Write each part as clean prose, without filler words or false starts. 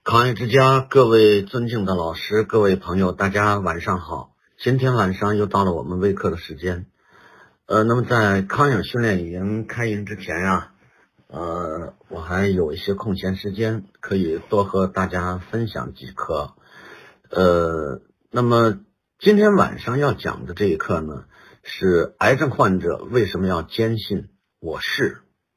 康爱之家，各位尊敬的老师，各位朋友，大家晚上好。今天晚上又到了我们微课的时间。那么在康养训练营开营之前呀，我还有一些空闲时间，可以多和大家分享几课。那么今天晚上要讲的这一课呢，是癌症患者为什么要坚信我是。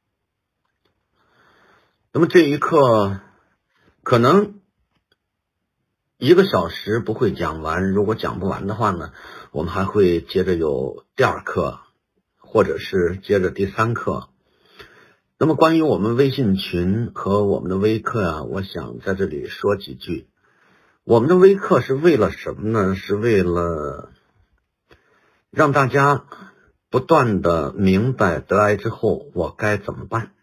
那么这一课可能1个小时不会讲完，如果讲不完的话呢，我们还会接着有第2课，或者是接着第3课。那么关于我们微信群和我们的微课啊，我想在这里说几句。我们的微课是为了什么呢？是为了让大家不断的明白得癌之后我该怎么办。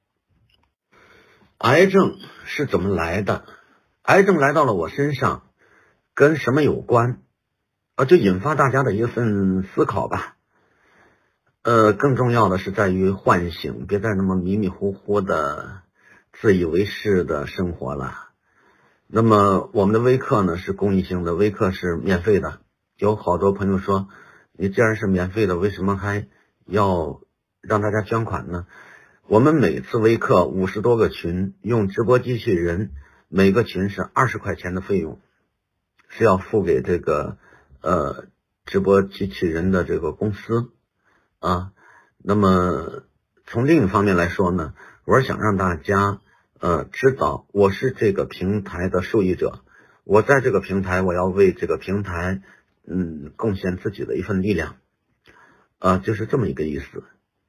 癌症是怎么来的？癌症来到了我身上，跟什么有关？就引发大家的一份思考吧。更重要的是在于唤醒，别再那么迷迷糊糊的自以为是的生活了。那么我们的微课呢是公益性的，微课是免费的。有好多朋友说，你既然是免费的，为什么还要让大家捐款呢？我们每次微课50多个群，用直播机器人，每个群是20块钱的费用，是要付给这个直播机器人的这个公司啊。那么从另一方面来说呢，我是想让大家知道我是这个平台的受益者，我在这个平台，我要为这个平台贡献自己的一份力量就是这么一个意思。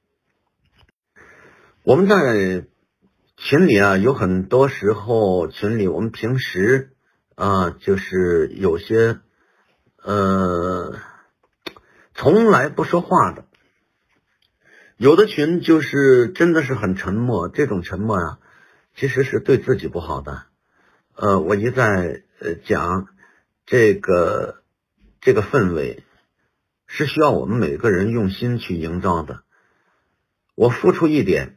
我们在群里有很多时候群里我们平时就是有些从来不说话的，有的群就是真的是很沉默，这种沉默其实是对自己不好的。我一再讲这个氛围是需要我们每个人用心去营造的。我付出一点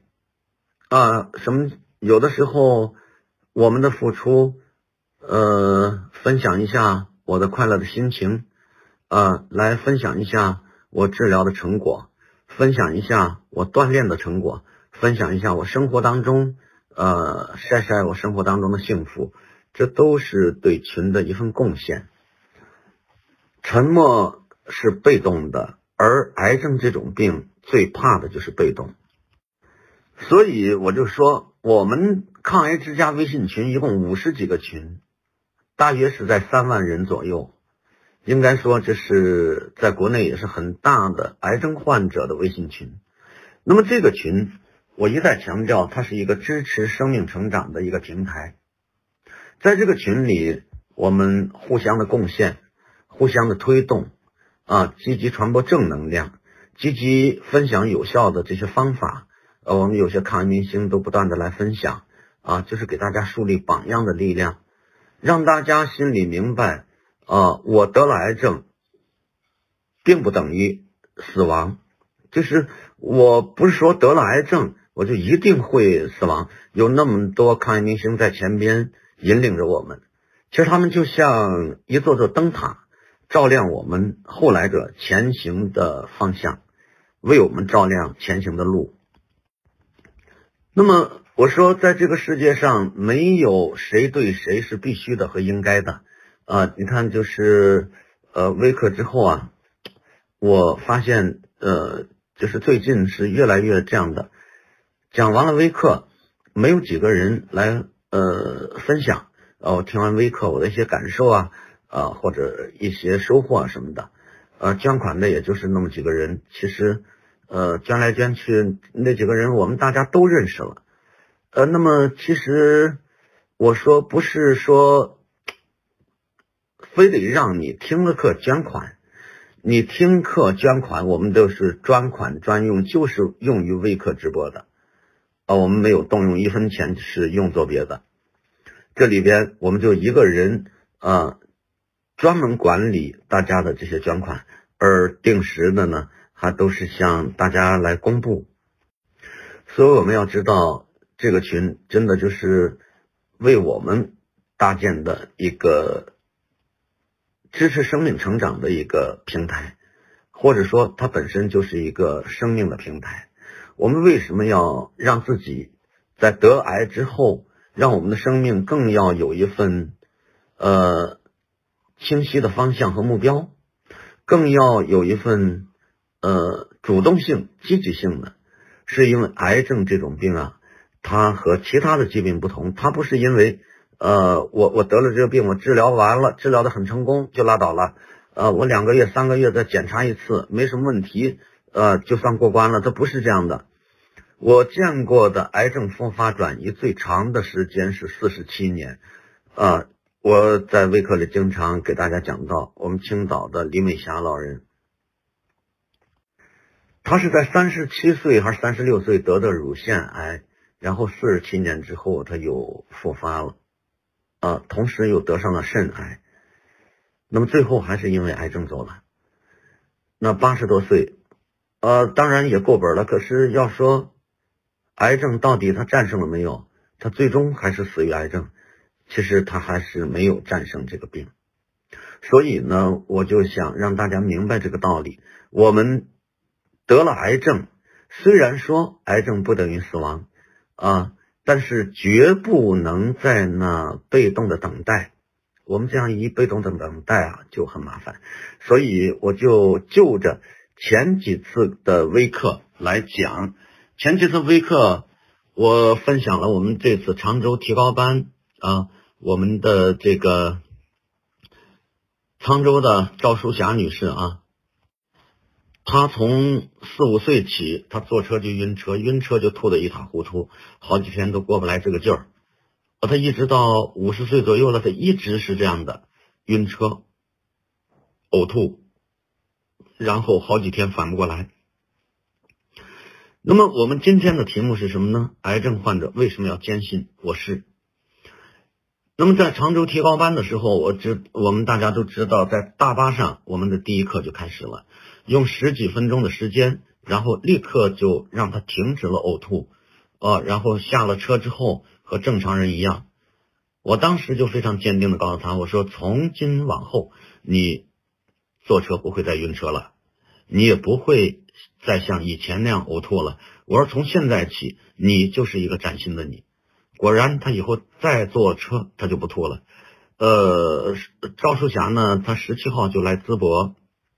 有的时候我们的付出分享一下我的快乐的心情来分享一下我治疗的成果，分享一下我锻炼的成果，分享一下我生活当中晒我生活当中的幸福，这都是对群的一份贡献。沉默是被动的，而癌症这种病最怕的就是被动。所以我就说，我们抗癌之家微信群一共50几个群，大约是在3万人左右，应该说这是在国内也是很大的癌症患者的微信群。那么这个群我一再强调，它是一个支持生命成长的一个平台。在这个群里，我们互相的贡献，互相的推动积极传播正能量，积极分享有效的这些方法。我们有些抗癌明星都不断的来分享就是给大家树立榜样的力量，让大家心里明白我得了癌症并不等于死亡，就是我不是说得了癌症我就一定会死亡。有那么多抗癌明星在前边引领着我们，其实他们就像一座座灯塔，照亮我们后来者前行的方向，为我们照亮前行的路。那么我说，在这个世界上没有谁对谁是必须的和应该的你看就是微课之后我发现就是最近是越来越这样的，讲完了微课没有几个人来分享我听完微课我的一些感受或者一些收获什么的捐款的也就是那么几个人，其实捐来捐去那几个人我们大家都认识了那么其实我说不是说非得让你听了课捐款，你听课捐款我们都是专款专用，就是用于微课直播的我们没有动用1分钱是用作别的。这里边我们就一个人专门管理大家的这些捐款，而定时的呢还都是向大家来公布。所以我们要知道这个群真的就是为我们搭建的一个支持生命成长的一个平台，或者说它本身就是一个生命的平台。我们为什么要让自己在得癌之后，让我们的生命更要有一份清晰的方向和目标，更要有一份主动性、积极性的？是因为癌症这种病啊，它和其他的疾病不同，它不是因为我得了这个病，我治疗完了，治疗的很成功就拉倒了，我2个月、3个月再检查一次，没什么问题，就算过关了，它不是这样的。我见过的癌症复发转移最长的时间是47年，我在微课里经常给大家讲到，我们青岛的李美霞老人，他是在37岁还是36岁得的乳腺癌，然后47年之后他又复发了，同时又得上了肾癌，那么最后还是因为癌症走了。那80多岁，当然也够本了，可是要说癌症到底他战胜了没有？他最终还是死于癌症，其实他还是没有战胜这个病。所以呢，我就想让大家明白这个道理，我们得了癌症，虽然说癌症不等于死亡但是绝不能在那被动的等待，我们这样一被动的等待就很麻烦。所以我就着前几次的微课来讲，前几次微课我分享了我们这次常州提高班我们的这个常州的赵淑霞女士她从4、5岁起，她坐车就晕车，晕车就吐得一塌糊涂，好几天都过不来这个劲儿。她一直到50岁左右了，她一直是这样的晕车、呕吐，然后好几天反不过来。那么我们今天的题目是什么呢？癌症患者为什么要坚信我是？那么在常州提高班的时候，我们大家都知道，在大巴上我们的第一课就开始了，用10几分钟的时间，然后立刻就让他停止了呕吐然后下了车之后和正常人一样。我当时就非常坚定的告诉他，我说从今往后你坐车不会再晕车了，你也不会再像以前那样呕吐了，我说从现在起你就是一个崭新的你。果然他以后再坐车他就不吐了。赵淑霞呢，他17号就来淄博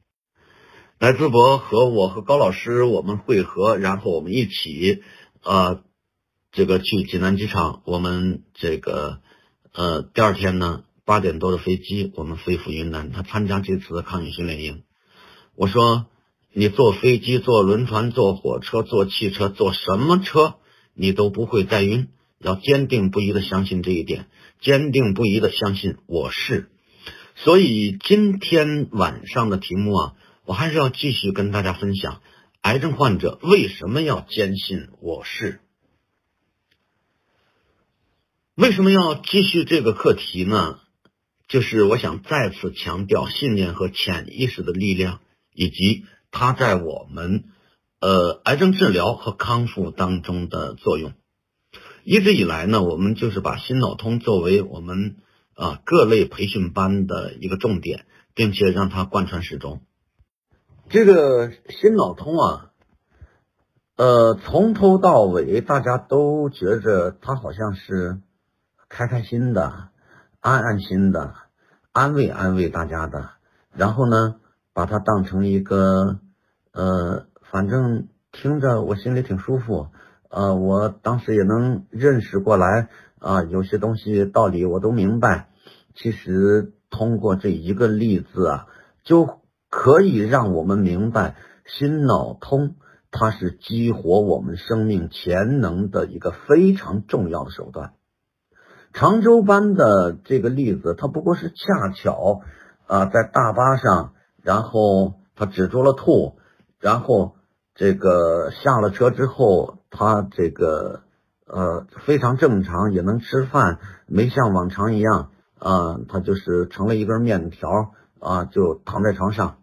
和我和高老师我们会合，然后我们一起这个去济南机场，我们这个第二天呢8点多的飞机我们飞赴云南，他参加这次的抗疫训练营。我说你坐飞机、坐轮船、坐火车、坐汽车、坐什么车你都不会再晕，要坚定不移的相信这一点，坚定不移的相信我是。所以今天晚上的题目我还是要继续跟大家分享癌症患者为什么要坚信我是。为什么要继续这个课题呢？就是我想再次强调信念和潜意识的力量，以及它在我们癌症治疗和康复当中的作用。一直以来呢，我们就是把心脑通作为我们各类培训班的一个重点，并且让它贯穿始终。这个心脑通从头到尾大家都觉着它好像是开开心的、安安心的、安慰安慰大家的，然后呢把它当成一个反正听着我心里挺舒服，我当时也能认识过来有些东西道理我都明白。其实通过这一个例子就可以让我们明白心脑通它是激活我们生命潜能的一个非常重要的手段。常州班的这个例子，它不过是恰巧在大巴上，然后他止住了吐，然后这个下了车之后，他这个非常正常，也能吃饭，没像往常一样他就是成了一根面条就躺在床上。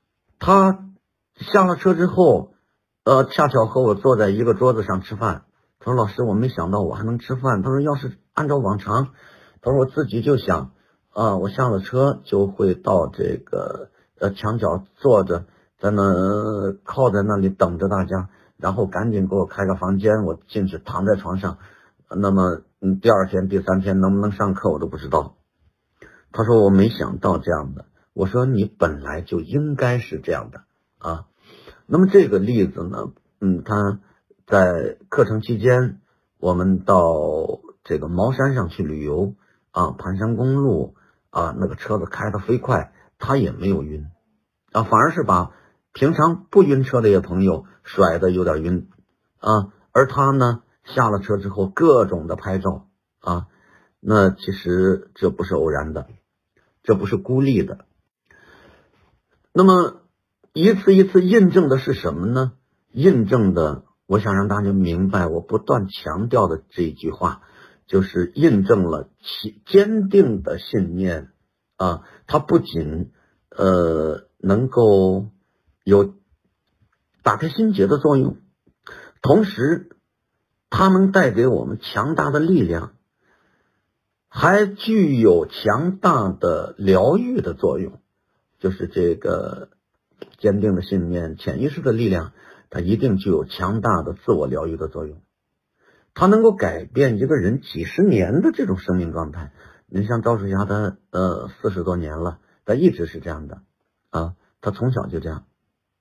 他下了车之后恰巧和我坐在一个桌子上吃饭， 他说老师，我没想到我还能吃饭。他说要是按照往常，他说我自己就想我下了车就会到这个墙角坐着，在那靠在那里等着大家，然后赶紧给我开个房间，我进去躺在床上。那么第二天第三天能不能上课我都不知道。他说我没想到这样的。我说你本来就应该是这样的啊。那么这个例子呢，他在课程期间，我们到这个茅山上去旅游盘山公路那个车子开得飞快，他也没有晕反而是把平常不晕车的一些朋友甩得有点晕而他呢下了车之后各种的拍照那其实这不是偶然的，这不是孤立的。那么一次一次印证的是什么呢？印证的，我想让大家明白我不断强调的这句话，就是印证了其坚定的信念它不仅能够有打开心结的作用，同时它能带给我们强大的力量，还具有强大的疗愈的作用。就是这个坚定的信念，潜意识的力量，它一定具有强大的自我疗愈的作用。它能够改变一个人几十年的这种生命状态。你像赵树霞，他40多年了，他一直是这样的他从小就这样。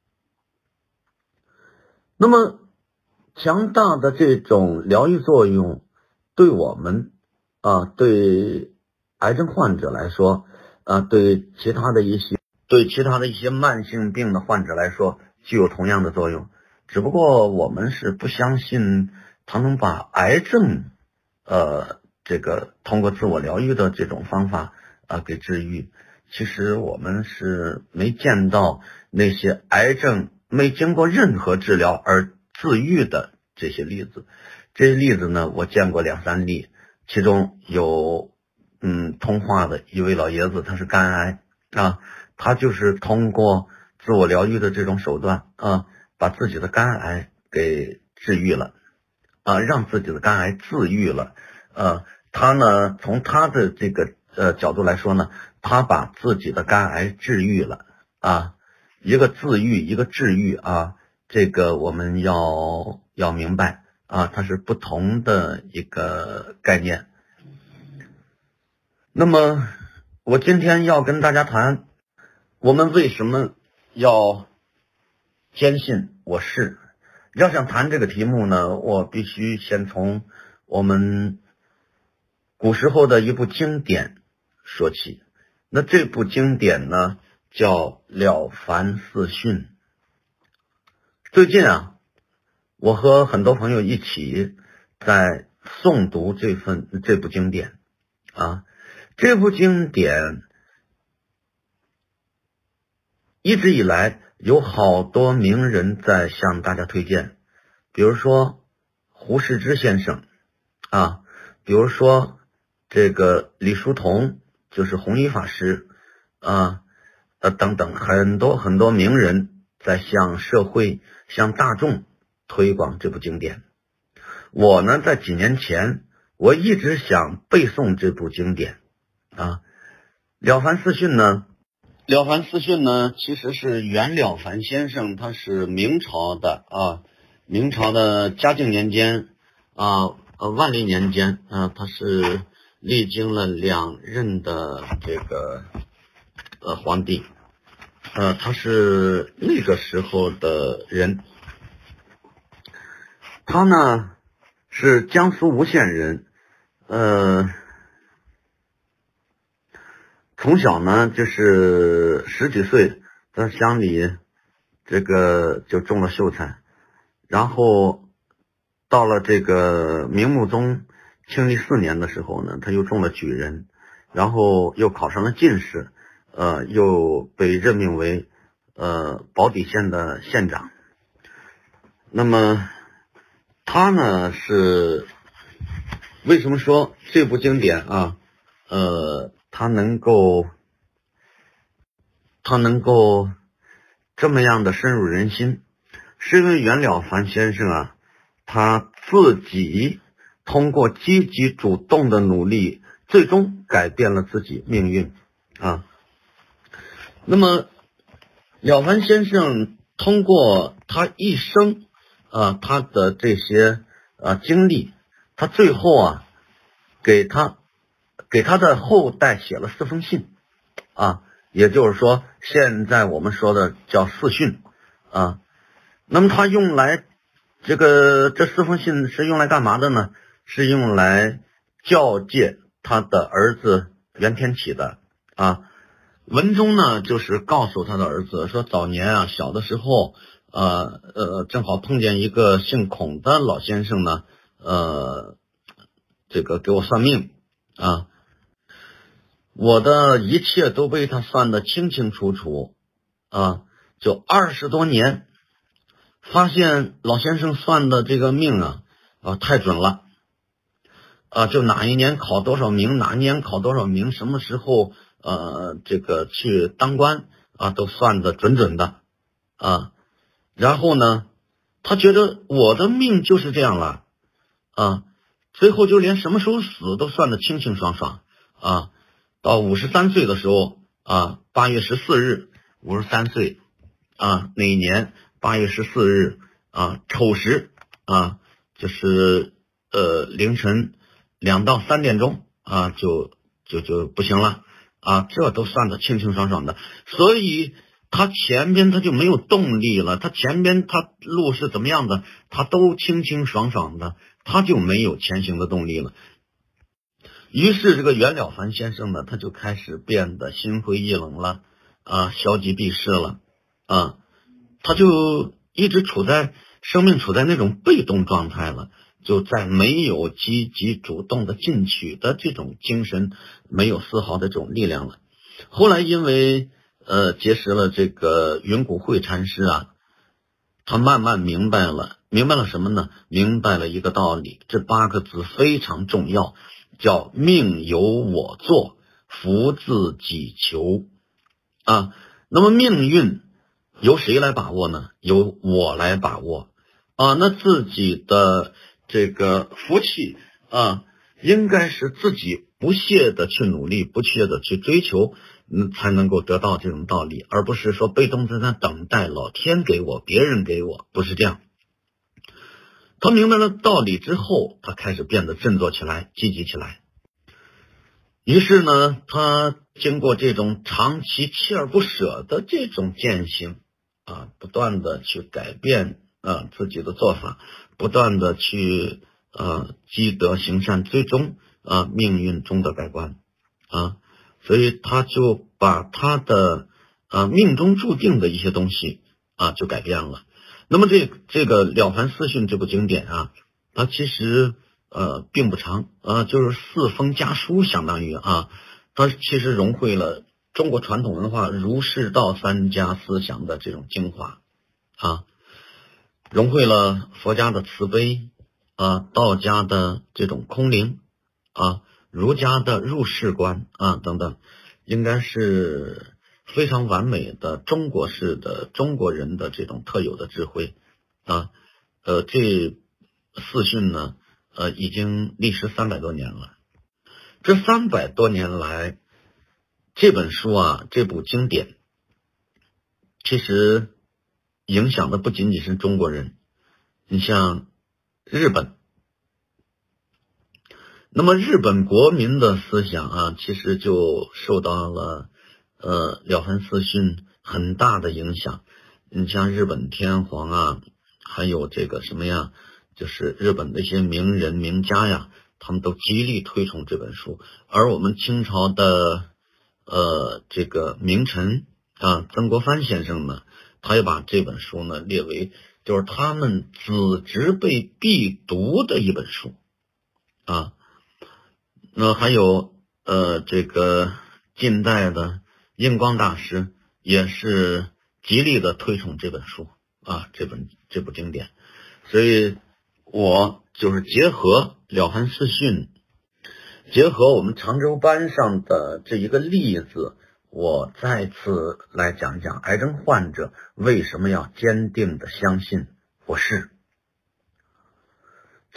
那么强大的这种疗愈作用，对我们对癌症患者来说对其他的一些慢性病的患者来说具有同样的作用，只不过我们是不相信它能把癌症这个通过自我疗愈的这种方法给治愈。其实我们是没见到那些癌症没经过任何治疗而自愈的这些例子。这些例子呢，我见过2、3例，其中有通话的一位老爷子，他是肝癌他就是通过自我疗愈的这种手段把自己的肝癌给治愈了让自己的肝癌自愈了他呢从他的这个角度来说呢，他把自己的肝癌治愈了一个自愈一个治愈这个我们要明白它是不同的一个概念。那么我今天要跟大家谈，我们为什么要坚信我是。要想谈这个题目呢，我必须先从我们古时候的一部经典说起。那这部经典呢叫《了凡四训》。最近我和很多朋友一起在诵读这部经典这部经典一直以来有好多名人在向大家推荐，比如说胡适之先生比如说这个李叔同，就是弘一法师等等，很多很多名人在向社会向大众推广这部经典。我呢在几年前我一直想背诵这部经典了凡四训呢，其实是袁了凡先生，他是明朝的嘉靖年间万历年间他是历经了2任的这个皇帝他是那个时候的人。他呢是江苏吴县人从小呢就是10几岁在乡里这个就中了秀才，然后到了这个明穆宗庆历4年的时候呢，他又中了举人，然后又考上了进士又被任命为保底县的县长。那么他呢是为什么说这部经典他能够这么样的深入人心，是因为袁了凡先生他自己通过积极主动的努力，最终改变了自己命运啊。那么了凡先生通过他一生他的这些经历，他最后给他的后代写了4封信也就是说现在我们说的叫4训那么他用来这4封信是用来干嘛的呢？是用来教诫他的儿子袁天启的文中呢就是告诉他的儿子说，早年小的时候正好碰见一个姓孔的老先生呢这个给我算命我的一切都被他算得清清楚楚就20多年，发现老先生算的这个命太准了就哪一年考多少名，哪一年考多少名，什么时候这个去当官都算得准准的然后呢他觉得我的命就是这样了最后就连什么时候死都算得清清爽爽到53岁的时候8月14日53岁那一年8月14日丑时就是凌晨2到3点钟就不行了这都算得清清爽爽的，所以他前边他就没有动力了，他前边他路是怎么样的，他都清清爽爽的，他就没有前行的动力了。于是这个袁了凡先生呢，他就开始变得心灰意冷了消极避世了他就一直生命处在那种被动状态了，就在没有积极主动的进取的这种精神，没有丝毫的这种力量了。后来因为结识了这个云谷慧禅师他慢慢明白了什么呢？明白了一个道理，这8个字非常重要，叫命由我作，福自己求那么命运由谁来把握呢？由我来把握那自己的这个福气应该是自己不懈的去努力，不懈的去追求才能够得到这种道理，而不是说被动在那等待老天给我，别人给我，不是这样。他明白了道理之后，他开始变得振作起来，积极起来。于是呢，他经过这种长期锲而不舍的这种践行不断的去改变自己的做法，不断的去积德行善，最终命运中的改观所以他就把他的命中注定的一些东西就改变了。那么这个了凡四训这部经典它其实并不长就是4封家书，相当于它其实融汇了中国传统文化儒释道3家思想的这种精华融汇了佛家的慈悲道家的这种空灵儒家的入世观等等，应该是非常完美的中国式的中国人的这种特有的智慧这4训呢已经历时300多年了。这300多年来，这本书这部经典其实影响的不仅仅是中国人，你像日本，那么日本国民的思想其实就受到了了凡四训很大的影响。你像日本天皇还有这个什么就是日本的一些名人名家他们都极力推崇这本书。而我们清朝的这个名臣曾国藩先生呢，他也把这本书呢列为就是他们子侄辈必读的一本书那还有这个近代的印光大师也是极力的推崇这本书这部经典。所以我就是结合了凡四训，结合我们常州班上的这一个例子，我再次来讲讲癌症患者为什么要坚定的相信我是。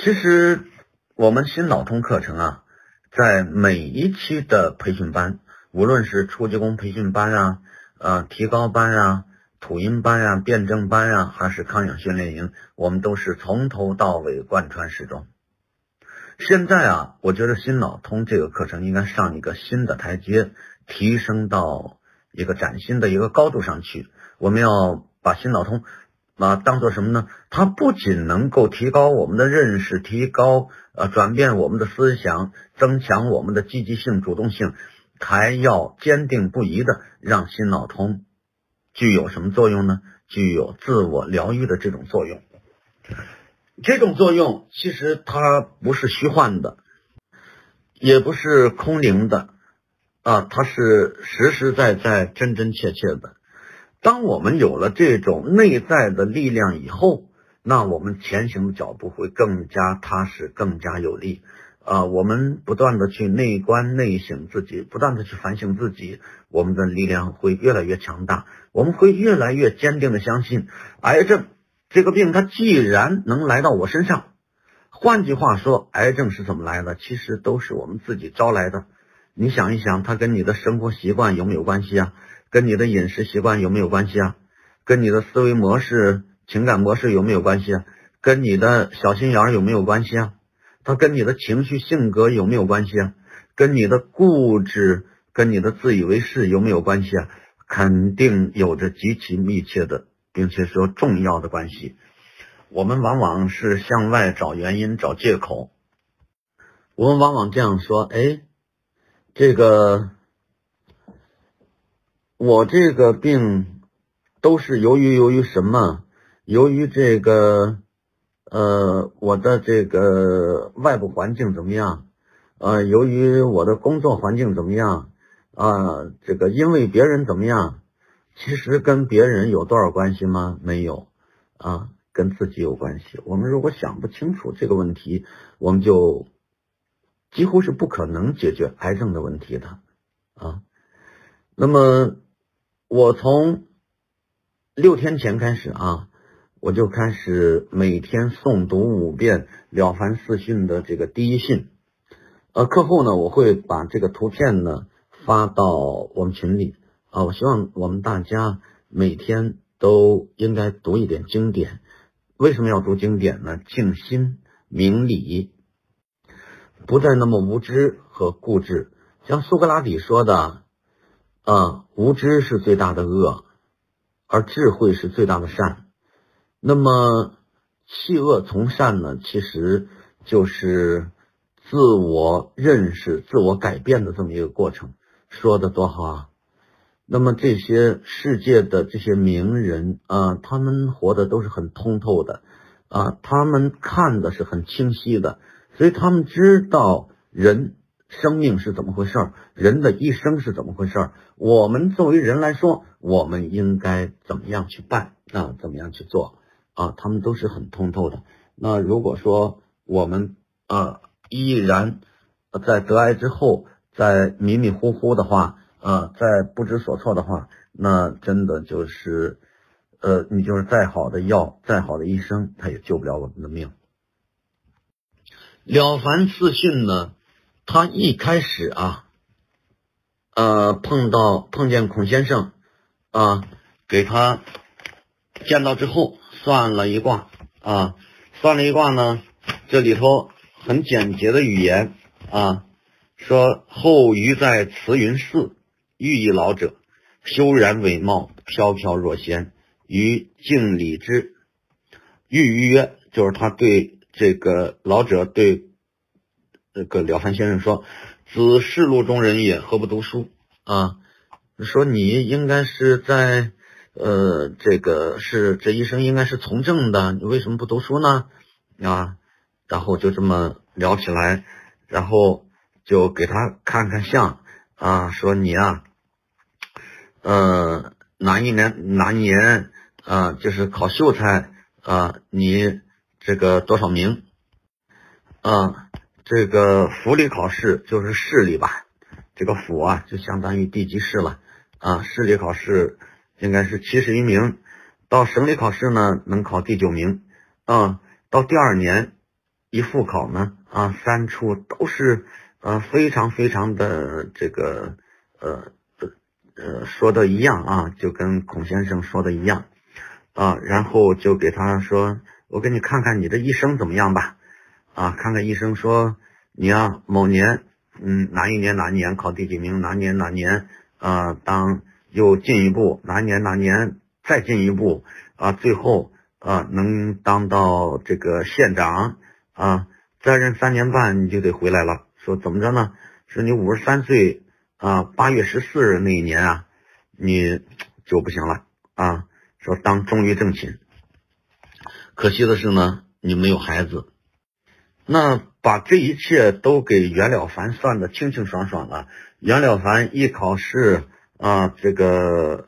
其实我们新脑通课程啊，在每一期的培训班，无论是初级工培训班啊、提高班啊、土音班啊、辩证班啊，还是康养训练营，我们都是从头到尾贯穿始终。现在啊，我觉得新脑通这个课程应该上一个新的台阶，提升到一个崭新的一个高度上去。我们要把新脑通当做什么呢？它不仅能够提高我们的认识，提高转变我们的思想，增强我们的积极性、主动性，还要坚定不移的让新脑通具有什么作用呢？具有自我疗愈的这种作用。这种作用其实它不是虚幻的，也不是空灵的它是实实在在、真真切切的。当我们有了这种内在的力量以后，那我们前行的脚步会更加踏实，更加有力我们不断的去内观内省自己，不断的去反省自己，我们的力量会越来越强大，我们会越来越坚定的相信，癌症这个病它既然能来到我身上，换句话说，癌症是怎么来的？其实都是我们自己招来的。你想一想，它跟你的生活习惯有没有关系啊？跟你的饮食习惯有没有关系啊？跟你的思维模式、情感模式有没有关系啊？跟你的小心眼有没有关系啊？它跟你的情绪性格有没有关系啊？跟你的固执、跟你的自以为是有没有关系啊？肯定有着极其密切的并且说重要的关系。我们往往是向外找原因、找借口，我们往往这样说，我这个病都是由于什么？由于我的这个外部环境怎么样？由于我的工作环境怎么样？因为别人怎么样？其实跟别人有多少关系吗？没有跟自己有关系。我们如果想不清楚这个问题，我们就几乎是不可能解决癌症的问题的那么我从6天前开始我就开始每天诵读5遍了凡四训的这个第一训。课后呢，我会把这个图片呢发到我们群里我希望我们大家每天都应该读一点经典。为什么要读经典呢？静心明理，不再那么无知和固执。像苏格拉底说的无知是最大的恶，而智慧是最大的善。那么弃恶从善呢，其实就是自我认识、自我改变的这么一个过程。说的多好啊！那么这些世界的这些名人他们活的都是很通透的他们看的是很清晰的，所以他们知道人生命是怎么回事，人的一生是怎么回事，我们作为人来说，我们应该怎么样去办怎么样去做他们都是很通透的。那如果说我们依然在得癌之后在迷迷糊糊的话在不知所措的话，那真的就是你就是再好的药，再好的医生，他也救不了我们的命。了凡四训呢，他一开始碰见孔先生给他见到之后算了一卦算了一卦呢，这里头很简洁的语言说后余在慈云寺，寓意老者，修然伟貌，飘飘若仙，于敬礼之。寓于曰，就是他对这个老者对这个了凡先生说，子世路中人也，何不读书说你应该是在这一生应该是从政的，你为什么不读书呢然后就这么聊起来，然后就给他看看相说你哪一年就是考秀才你这个多少名这个府里考试就是市里吧，这个府就相当于地级市了市里考试应该是71名，到省里考试呢能考第9名到第2年一复考呢，三处都是非常非常的这个说的一样啊，就跟孔先生说的一样然后就给他说，我给你看看你的一生怎么样吧，看看医生说你某年哪一年哪年考第几名，哪年哪年当又进一步，哪年哪年再进一步最后能当到这个县长再任3年半你就得回来了。说怎么着呢？是你53岁8月14日那一年你就不行了说当中于正寝。可惜的是呢，你没有孩子。那把这一切都给袁了凡算得清清爽爽了。袁了凡一考试这个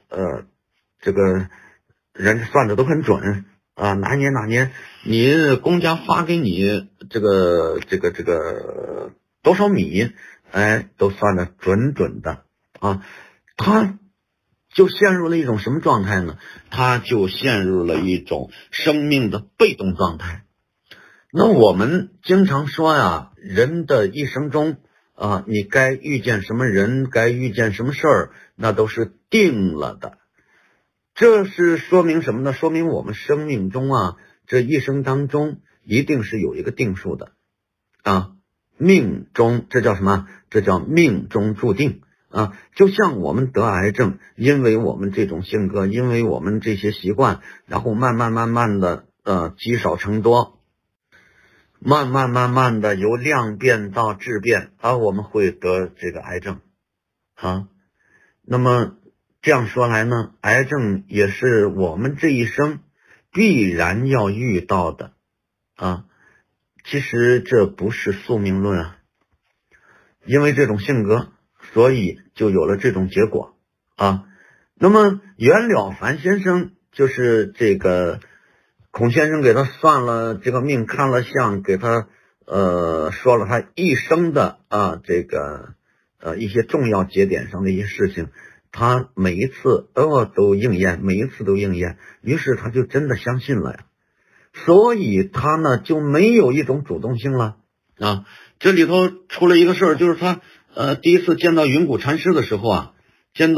人家算的都很准哪年哪年你公家发给你这个多少米，都算得准准的他就陷入了一种什么状态呢？他就陷入了一种生命的被动状态。那我们经常说人的一生中你该遇见什么人，该遇见什么事儿，那都是定了的。这是说明什么呢？说明我们生命中这一生当中一定是有一个定数的命中，这叫什么？这叫命中注定就像我们得癌症，因为我们这种性格，因为我们这些习惯，然后慢慢的积少成多，慢慢的由量变到质变我们会得这个癌症那么这样说来呢，癌症也是我们这一生必然要遇到的其实这不是宿命论因为这种性格，所以就有了这种结果那么袁了凡先生就是这个孔先生给他算了这个命，看了相，给他说了他一生的这个一些重要节点上的一些事情，他每一次都应验，每一次都应验，于是他就真的相信了呀。所以他呢就没有一种主动性了这里头出了一个事儿，就是他第一次见到云谷禅师的时候云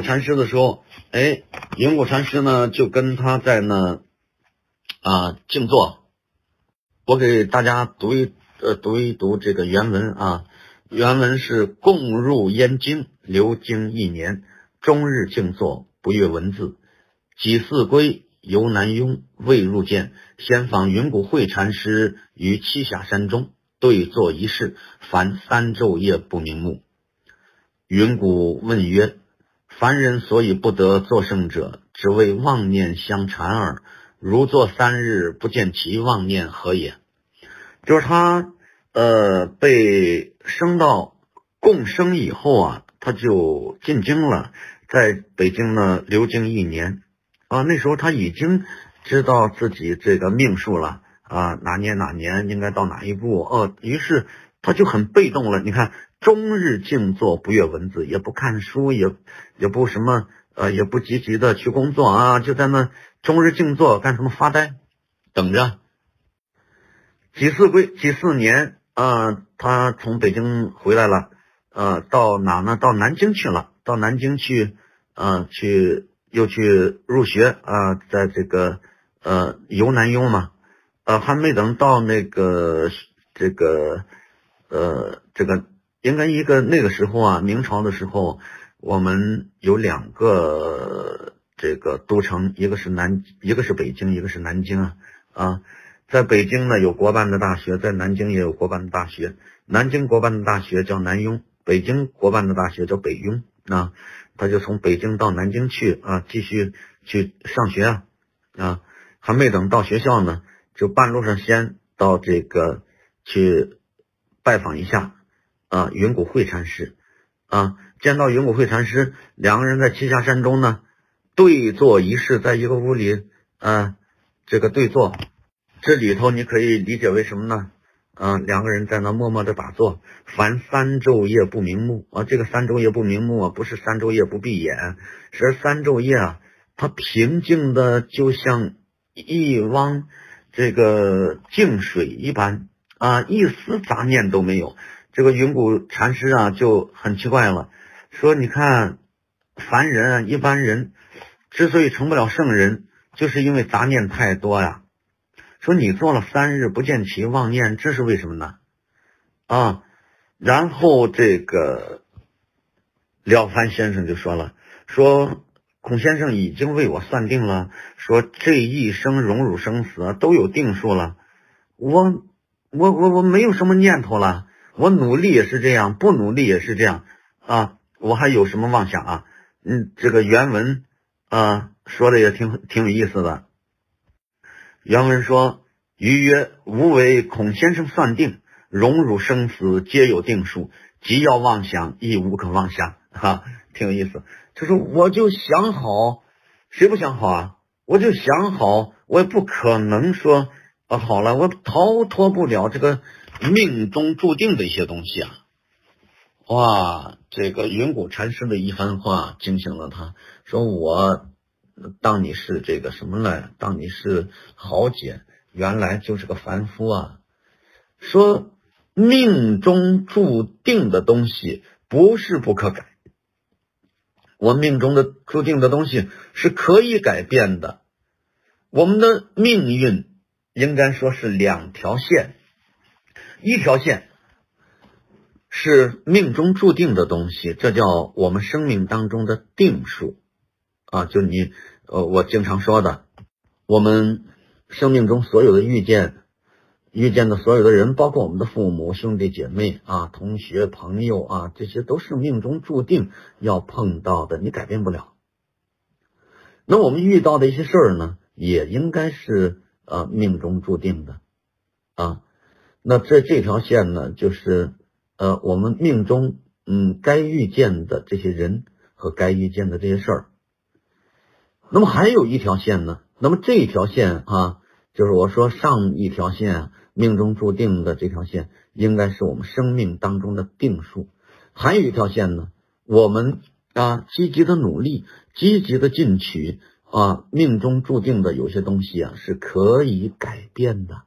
谷禅师呢就跟他在那静坐。我给大家读一读这个原文原文是共入燕京，留京1年，终日静坐，不阅文字。己巳归，游南雍，未入见，先访云谷慧禅师于栖霞山中，对坐一事，凡3昼夜不瞑目。云谷问曰：凡人所以不得作圣者，只为妄念相缠耳。如坐3日，不见其妄念何也？就是他被升到共生以后他就进京了，在北京呢留京1年那时候他已经知道自己这个命数了哪年哪年应该到哪一步于是他就很被动了。你看，终日静坐，不阅文字，也不看书，也不什么也不积极的去工作就在那终日静坐干什么？发呆，等着。己巳年他从北京回来了到哪呢？到南京去了。到南京去又去入学在这个游南雍嘛还没等到那个这个应该一个那个时候明朝的时候，我们有2个这个都城，一个是北京，一个是南京在北京呢有国办的大学，在南京也有国办的大学。南京国办的大学叫南雍，北京国办的大学叫北雍他就从北京到南京去继续去上学还没等到学校呢，就半路上先到这个去拜访一下云谷慧禅师见到云谷慧禅师，2个人在栖霞山中呢对坐一室，在一个屋里这个对坐。这里头你可以理解为什么呢2个人在那默默的打坐，凡3昼夜不瞑目这个3昼夜不瞑目不是3昼夜不闭眼，是3昼夜它平静的就像一汪这个静水一般一丝杂念都没有。这个云谷禅师啊就很奇怪了，说你看凡人一般人之所以成不了圣人，就是因为杂念太多呀。说你做了3日不见其妄念，这是为什么呢？然后这个廖凡先生就说了，说孔先生已经为我算定了，说这一生荣辱生死都有定数了，我没有什么念头了，我努力也是这样，不努力也是这样我还有什么妄想啊？这个原文说的也挺有意思的。原文说，余曰：吾为孔先生算定，荣辱生死皆有定数，即要妄想亦无可妄想挺有意思。就是我就想好，谁不想好啊？我就想好，我也不可能说好了，我逃脱不了这个命中注定的一些东西啊。哇，这个云谷禅师的一番话惊醒了他，说我当你是这个什么来，当你是豪杰，原来就是个凡夫啊。说命中注定的东西不是不可改，我命中的注定的东西是可以改变的。我们的命运应该说是2条线，一条线是命中注定的东西，这叫我们生命当中的定数就我经常说的，我们生命中所有的遇见的所有的人，包括我们的父母、兄弟姐妹同学、朋友这些都是命中注定要碰到的，你改变不了。那我们遇到的一些事儿呢，也应该是命中注定的那这条线呢，就是我们命中该遇见的这些人和该遇见的这些事儿。那么还有一条线呢，那么这条线就是我说上一条线命中注定的这条线，应该是我们生命当中的定数。还有一条线呢，我们积极的努力，积极的进取命中注定的有些东西是可以改变的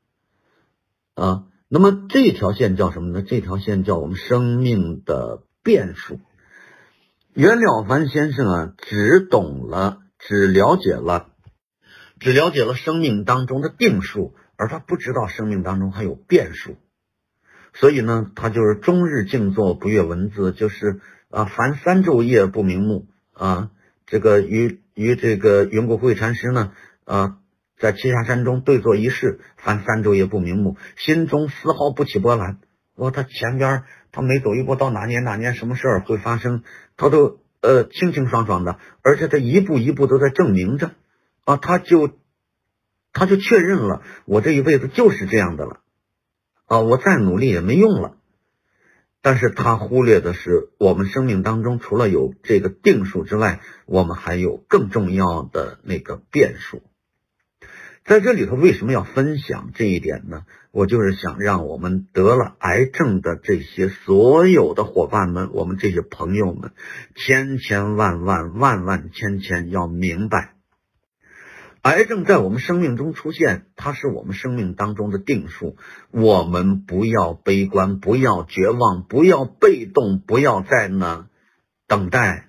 那么这条线叫什么呢？这条线叫我们生命的变数。袁了凡先生只了解了生命当中的定数，而他不知道生命当中还有变数。所以呢，他就是终日静坐不阅文字，就是凡3昼夜不瞑目这个与这个云谷慧禅师呢在栖霞山中对坐一室，凡3昼夜不瞑目，心中丝毫不起波澜。他前边他每走一步到哪年什么事儿会发生，他都清清爽爽的，而且他一步一步都在证明着他就确认了，我这一辈子就是这样的了我再努力也没用了。但是他忽略的是，我们生命当中除了有这个定数之外，我们还有更重要的那个变数。在这里头为什么要分享这一点呢？我就是想让我们得了癌症的这些所有的伙伴们，我们这些朋友们，千万千要明白，癌症在我们生命中出现，它是我们生命当中的定数。我们不要悲观，不要绝望，不要被动，不要在那等待。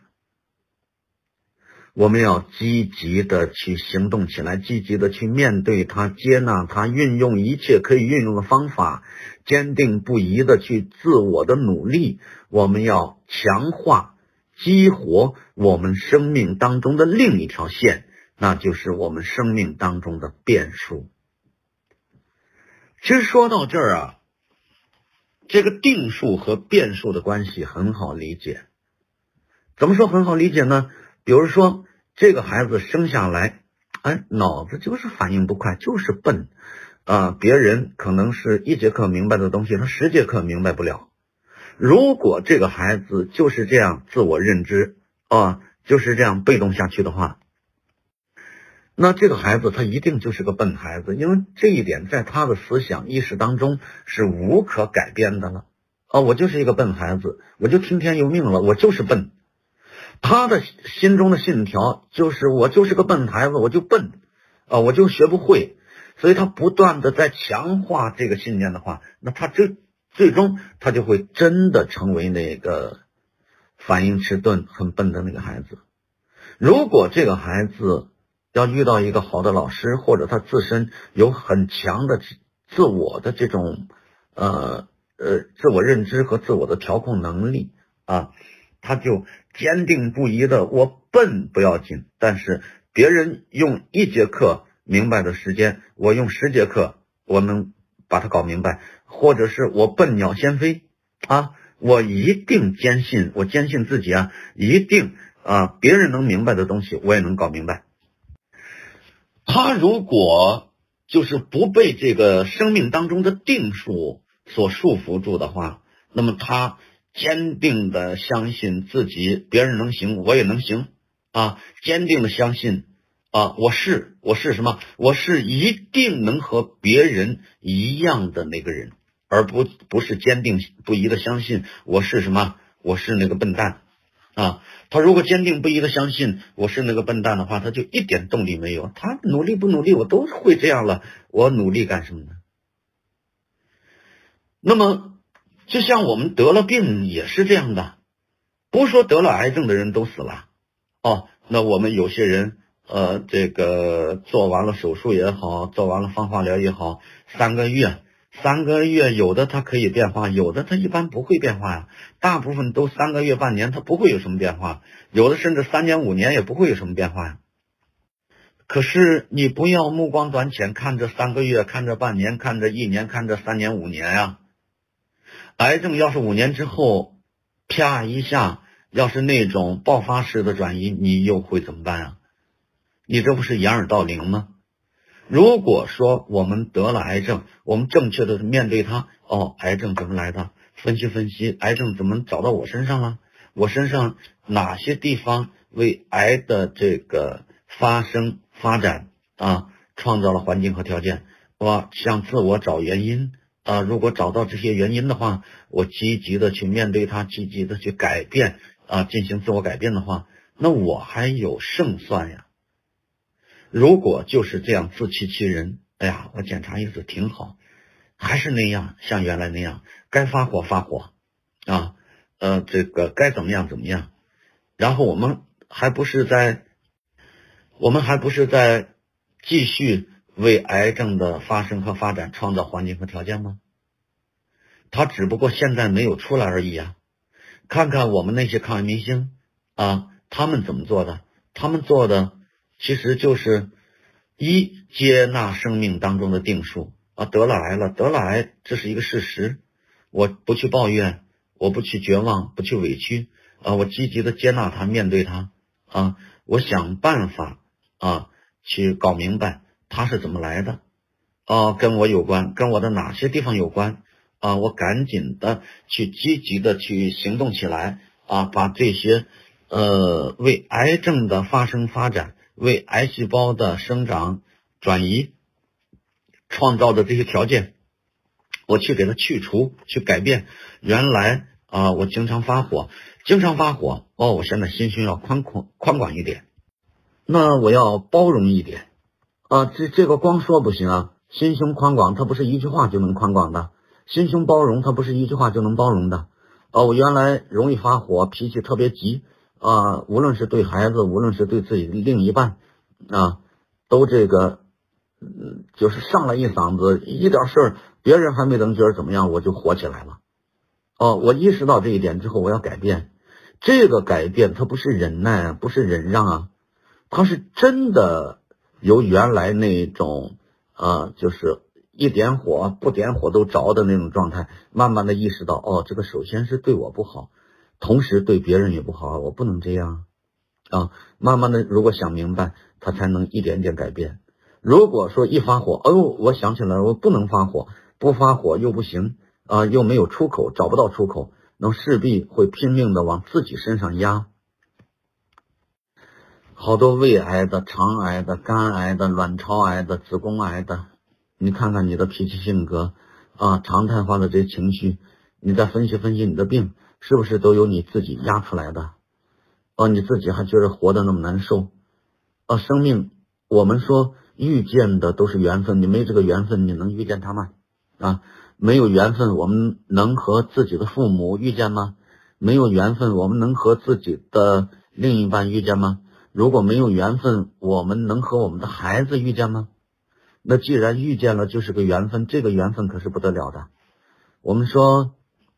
我们要积极的去行动起来，积极的去面对它，接纳它，运用一切可以运用的方法，坚定不移的去自我的努力。我们要强化、激活我们生命当中的另一条线，那就是我们生命当中的变数。其实说到这儿这个定数和变数的关系很好理解。怎么说很好理解呢？比如说这个孩子生下来脑子就是反应不快，就是笨别人可能是1节课明白的东西，他10节课明白不了。如果这个孩子就是这样自我认知就是这样被动下去的话，那这个孩子他一定就是个笨孩子，因为这一点在他的思想意识当中是无可改变的了我就是一个笨孩子，我就听天由命了，我就是笨。他的心中的信条就是我就是个笨孩子，我就笨我就学不会。 所以他不断的在强化这个信念的话，那他最终他就会真的成为那个反应迟钝、很笨的那个孩子。如果这个孩子要遇到一个好的老师，或者他自身有很强的自我的这种自我认知和自我的调控能力啊，他就坚定不移的，我笨不要紧，但是别人用1节课明白的时间，我用10节课我能把它搞明白，或者是我笨鸟先飞啊，我一定坚信，我坚信自己啊，一定别人能明白的东西我也能搞明白。他如果就是不被这个生命当中的定数所束缚住的话，那么他坚定的相信自己，别人能行我也能行啊，坚定的相信我是什么？我是一定能和别人一样的那个人，而不是坚定不移的相信我是什么？我是那个笨蛋啊。他如果坚定不移的相信我是那个笨蛋的话，他就一点动力没有。他努力不努力我都会这样了，我努力干什么呢？那么就像我们得了病也是这样的，不是说得了癌症的人都死了那我们有些人这个做完了手术也好，做完了放化疗也好，3个月有的它可以变化，有的它一般不会变化呀，大部分都3个月半年它不会有什么变化，有的甚至3年5年也不会有什么变化呀。可是你不要目光短浅，看着3个月，看着半年，看着1年，看着3年5年呀。癌症要是5年之后啪一下要是那种爆发式的转移，你又会怎么办啊？你这不是掩耳盗铃吗？如果说我们得了癌症，我们正确的面对它，癌症怎么来的？分析癌症怎么找到我身上了？我身上哪些地方为癌的这个发生发展创造了环境和条件？我向自我找原因如果找到这些原因的话，我积极的去面对它，积极的去改变进行自我改变的话，那我还有胜算呀。如果就是这样自欺欺人，哎呀，我检查一次挺好，还是那样，像原来那样，该发火这个该怎么样，然后我们还不是在继续为癌症的发生和发展创造环境和条件吗？他只不过现在没有出来而已啊。看看我们那些抗癌明星他们怎么做的？他们做的其实就是接纳生命当中的定数得了癌，这是一个事实，我不去抱怨，我不去绝望，不去委屈我积极的接纳它，面对它我想办法去搞明白它是怎么来的跟我有关，跟我的哪些地方有关我赶紧的去积极的去行动起来把这些为癌症的发生发展，为癌细胞的生长转移创造的这些条件，我去给它去除，去改变。原来我经常发火我现在心胸要宽广一点，那我要包容一点这个光说不行心胸宽广它不是一句话就能宽广的，心胸包容它不是一句话就能包容的我原来容易发火，脾气特别急无论是对孩子，无论是对自己的另一半都这个就是上来一嗓子，一点事儿别人还没能觉得怎么样，我就火起来了我意识到这一点之后，我要改变。这个改变它不是忍耐不是忍让它是真的由原来那种就是一点火不点火都着的那种状态，慢慢的意识到这个首先是对我不好，同时对别人也不好，我不能这样慢慢的如果想明白，他才能一点点改变。如果说一发火我想起来我不能发火，不发火又不行又没有出口，找不到出口，那势必会拼命的往自己身上压。好多胃癌的、肠癌的、肝癌的、卵巢癌的、子宫癌的，你看看你的脾气性格常态化的这些情绪，你再分析你的病是不是都由你自己压出来的你自己还觉得活得那么难受生命我们说遇见的都是缘分，你没这个缘分，你能遇见他吗？啊，没有缘分，我们能和自己的父母遇见吗？没有缘分，我们能和自己的另一半遇见吗？如果没有缘分，我们能和我们的孩子遇见吗？那既然遇见了，就是个缘分，这个缘分可是不得了的。我们说，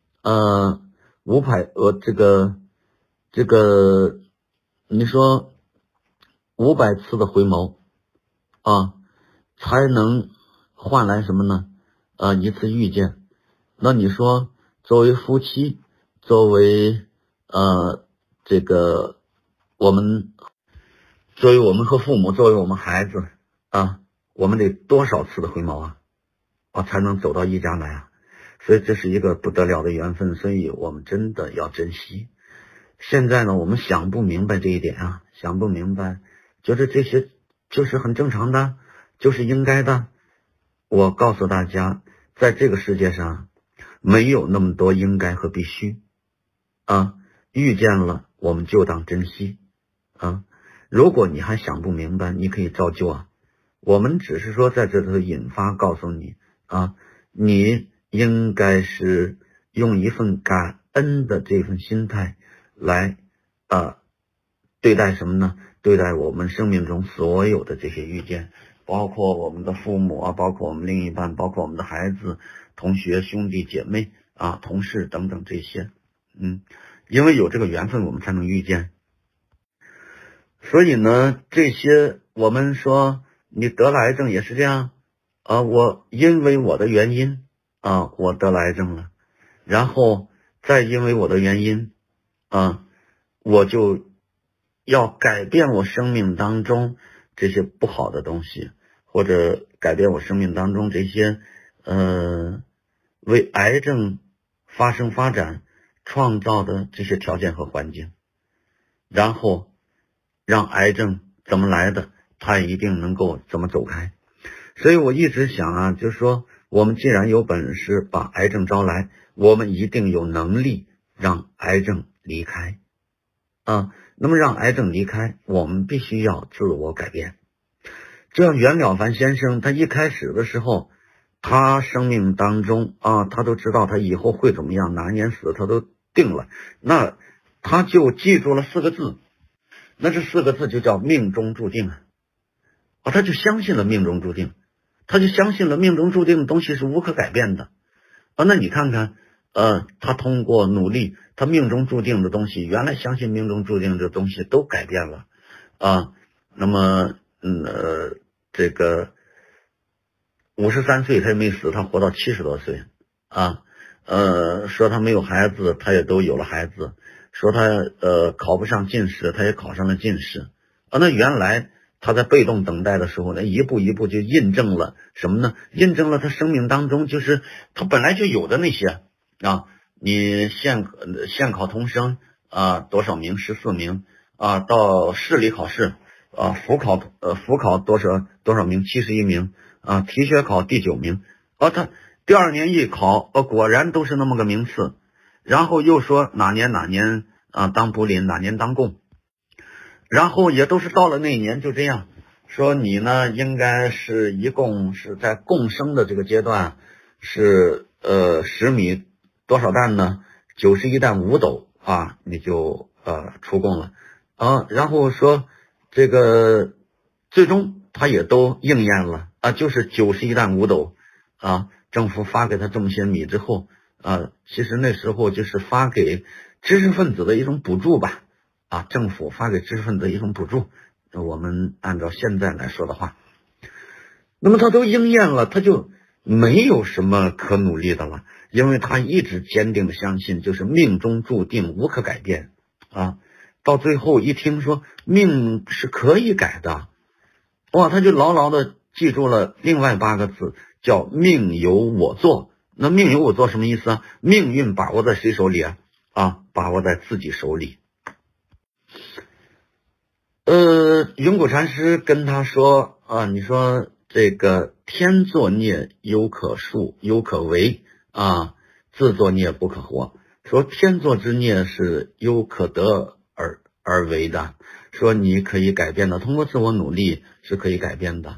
你说500次的回眸啊，才能换来什么呢？一次遇见。那你说，作为夫妻，作为我们和父母，作为我们孩子啊，我们得多少次的回眸才能走到一家来啊？所以这是一个不得了的缘分，所以我们真的要珍惜。现在呢，我们想不明白这一点啊，想不明白，觉得这些就是很正常的，就是应该的。我告诉大家，在这个世界上没有那么多应该和必须啊，遇见了我们就当珍惜啊。如果你还想不明白，你可以照旧啊。我们只是说在这头引发，告诉你啊，你应该是用一份感恩的这份心态来对待什么呢？对待我们生命中所有的这些遇见，包括我们的父母啊，包括我们另一半，包括我们的孩子、同学、兄弟姐妹啊、同事等等这些。因为有这个缘分，我们才能遇见。所以呢，这些我们说你得了癌症也是这样我因为我的原因我得了癌症了，然后再因为我的原因我就要改变我生命当中这些不好的东西，或者改变我生命当中这些为癌症发生发展创造的这些条件和环境，然后让癌症怎么来的，它一定能够怎么走开。所以我一直想就是说，我们既然有本事把癌症招来，我们一定有能力让癌症离开那么让癌症离开，我们必须要自我改变。这样袁了凡先生他一开始的时候，他生命当中他都知道他以后会怎么样，哪年死他都定了，那他就记住了4个字，那这4个字就叫命中注定他就相信了命中注定，他就相信了命中注定的东西是无可改变的那你看看他通过努力，他命中注定的东西，原来相信命中注定的东西都改变了那么这个53岁他也没死，他活到70多岁说他没有孩子，他也都有了孩子，说他考不上进士，他也考上了进士那原来他在被动等待的时候呢，一步一步就印证了什么呢？印证了他生命当中就是他本来就有的那些你县考通生多少名？14名到市里考试府考多少名？71名提学考第9名他第2年一考果然都是那么个名次，然后又说哪年当补领，哪年当贡，然后也都是到了那一年就这样说，你呢应该是一共是在贡生的这个阶段是10米多少担呢？91担5斗你就出贡了然后说这个最终他也都应验了就是91担5斗政府发给他这么些米之后其实那时候就是发给知识分子的一种补助吧政府发给知识分子的一种补助，我们按照现在来说的话，那么他都应验了，他就没有什么可努力的了，因为他一直坚定的相信就是命中注定无可改变到最后一听说命是可以改的他就牢牢的记住了另外8个字，叫命由我做。那命由我做什么意思命运把握在谁手里把握在自己手里。云谷禅师跟他说你说这个天作孽犹可恕犹可为自作孽不可活，说天作之孽是犹可得而为的，说你可以改变的，通过自我努力是可以改变的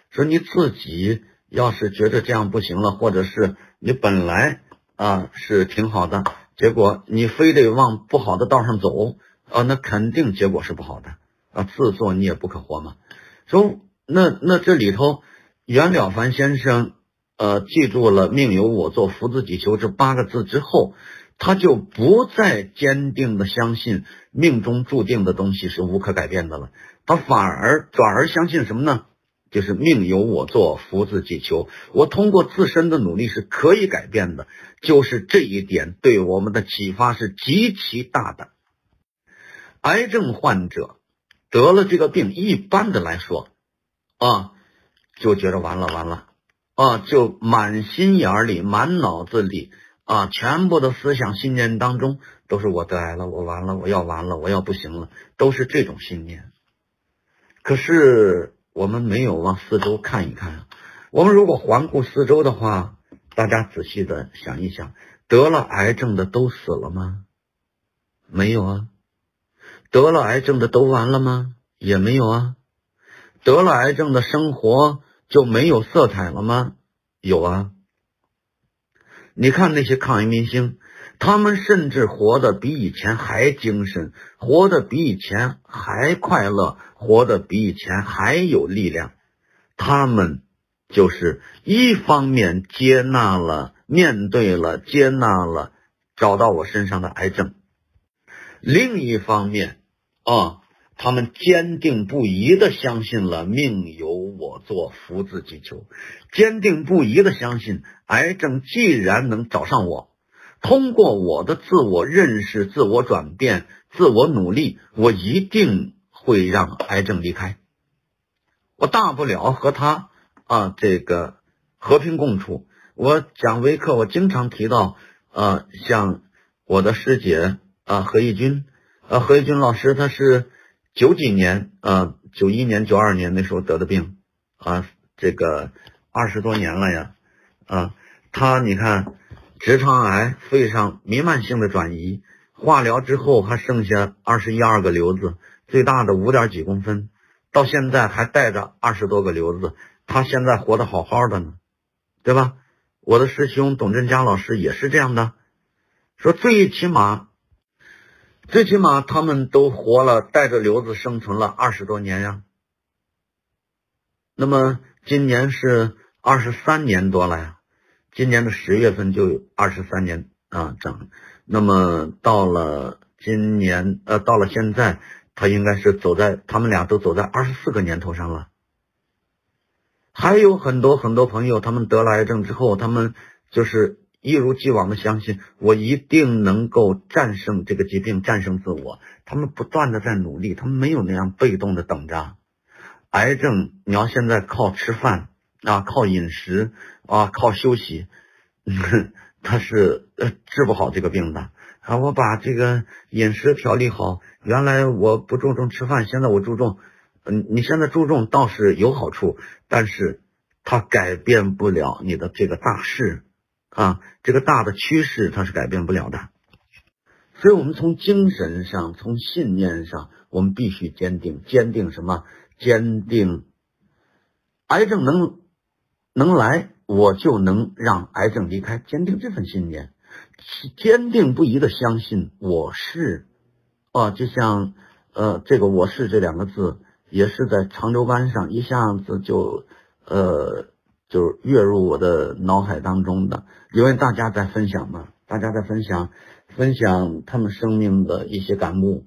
说你自己要是觉得这样不行了，或者是你本来是挺好的，结果你非得往不好的道上走那肯定结果是不好的自作你也不可活嘛。说那这里头袁了凡先生记住了命由我作，福自己求这8个字之后，他就不再坚定的相信命中注定的东西是无可改变的了，他转而相信什么呢？就是命由我作，福自己求，我通过自身的努力是可以改变的，就是这一点对我们的启发是极其大的。癌症患者得了这个病，一般的来说就觉得完了就满心眼里满脑子里全部的思想信念当中都是我得癌了，我完了，我要完了，我要不行了，都是这种信念。可是我们没有往四周看一看我们如果环顾四周的话，大家仔细的想一想，得了癌症的都死了吗？没有得了癌症的都完了吗？也没有得了癌症的生活就没有色彩了吗？有你看那些抗疫明星，他们甚至活得比以前还精神，活得比以前还快乐，活得比以前还有力量。他们就是一方面接纳了，面对了，接纳了找到我身上的癌症，另一方面他们坚定不移地相信了命由我作，福自己求，坚定不移地相信癌症既然能找上我，通过我的自我认识、自我转变、自我努力，我一定会让癌症离开，我大不了和他这个和平共处。我讲微课我经常提到像我的师姐何义军老师，他是90几年91年92年那时候得的病这个20多年了呀他你看直肠癌肺上弥漫性的转移，化疗之后还剩下21-22个瘤子，最大的5点几公分，到现在还带着20多个瘤子，他现在活得好好的呢，对吧？我的师兄董振佳老师也是这样的，说最起码他们都活了，带着瘤子生存了20多年呀。那么今年是23年多了呀，今年的10月份就有23年整。那么到了今年到了现在，他应该是他们俩都走在24个年头上了。还有很多朋友，他们得了癌症之后，他们就是一如既往的相信我一定能够战胜这个疾病，战胜自我，他们不断的在努力，他们没有那样被动的等着。癌症你要现在靠吃饭靠饮食靠休息他是治不好这个病的我把这个饮食调理好，原来我不注重吃饭，现在我注重你现在注重倒是有好处，但是它改变不了你的这个大势这个大的趋势它是改变不了的。所以我们从精神上，从信念上，我们必须坚定什么？坚定癌症能来，我就能让癌症离开，坚定这份信念，坚定不移的相信我是就像这个我是这2个字也是在长洲班上一下子就跃入我的脑海当中的，因为大家在分享嘛，大家在分享他们生命的一些感悟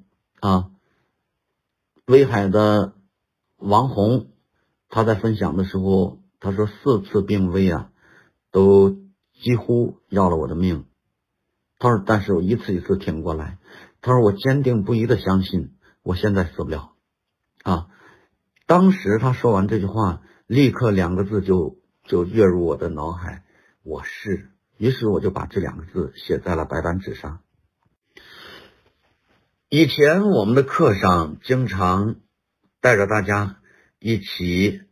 威海的王红他在分享的时候，他说4次病危都几乎要了我的命，他说但是我一次一次挺过来，他说我坚定不移的相信我现在死不了当时他说完这句话，立刻2个字就跃入我的脑海，我是。于是我就把这2个字写在了白板纸上。以前我们的课上经常带着大家一起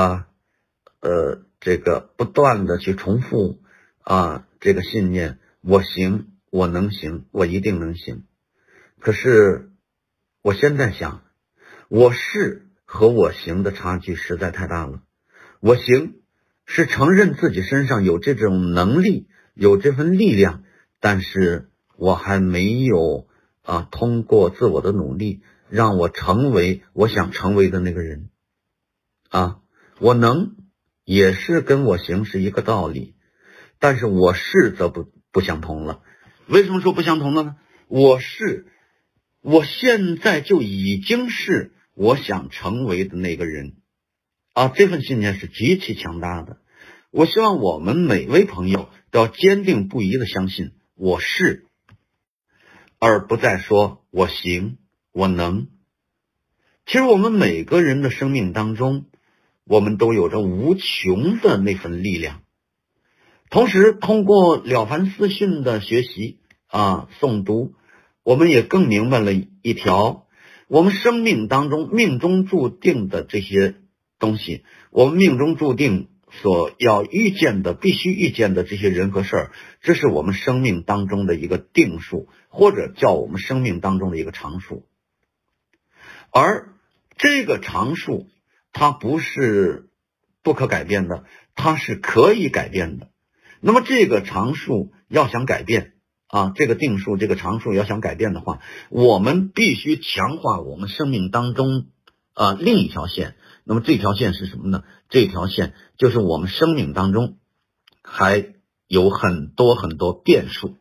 这个不断的去重复这个信念，我行，我能行，我一定能行。可是我现在想，我是和我行的差距实在太大了。 我行是承认自己身上有这种能力，有这份力量，但是我还没有通过自我的努力让我成为我想成为的那个人我能也是跟我行是一个道理，但是我是则不相同了。为什么说不相同了呢？我现在就已经是我想成为的那个人这份信念是极其强大的。我希望我们每位朋友都要坚定不移的相信我是，而不再说我行我能。其实我们每个人的生命当中，我们都有着无穷的那份力量。同时通过了凡四训的学习诵读，我们也更明白了一条，我们生命当中命中注定的这些东西，我们命中注定所要遇见的必须遇见的这些人和事儿，这是我们生命当中的一个定数，或者叫我们生命当中的一个常数。而这个常数它不是不可改变的，它是可以改变的。那么这个常数要想改变这个定数这个常数要想改变的话，我们必须强化我们生命当中另一条线。那么这条线是什么呢？这条线就是我们生命当中还有很多很多变数。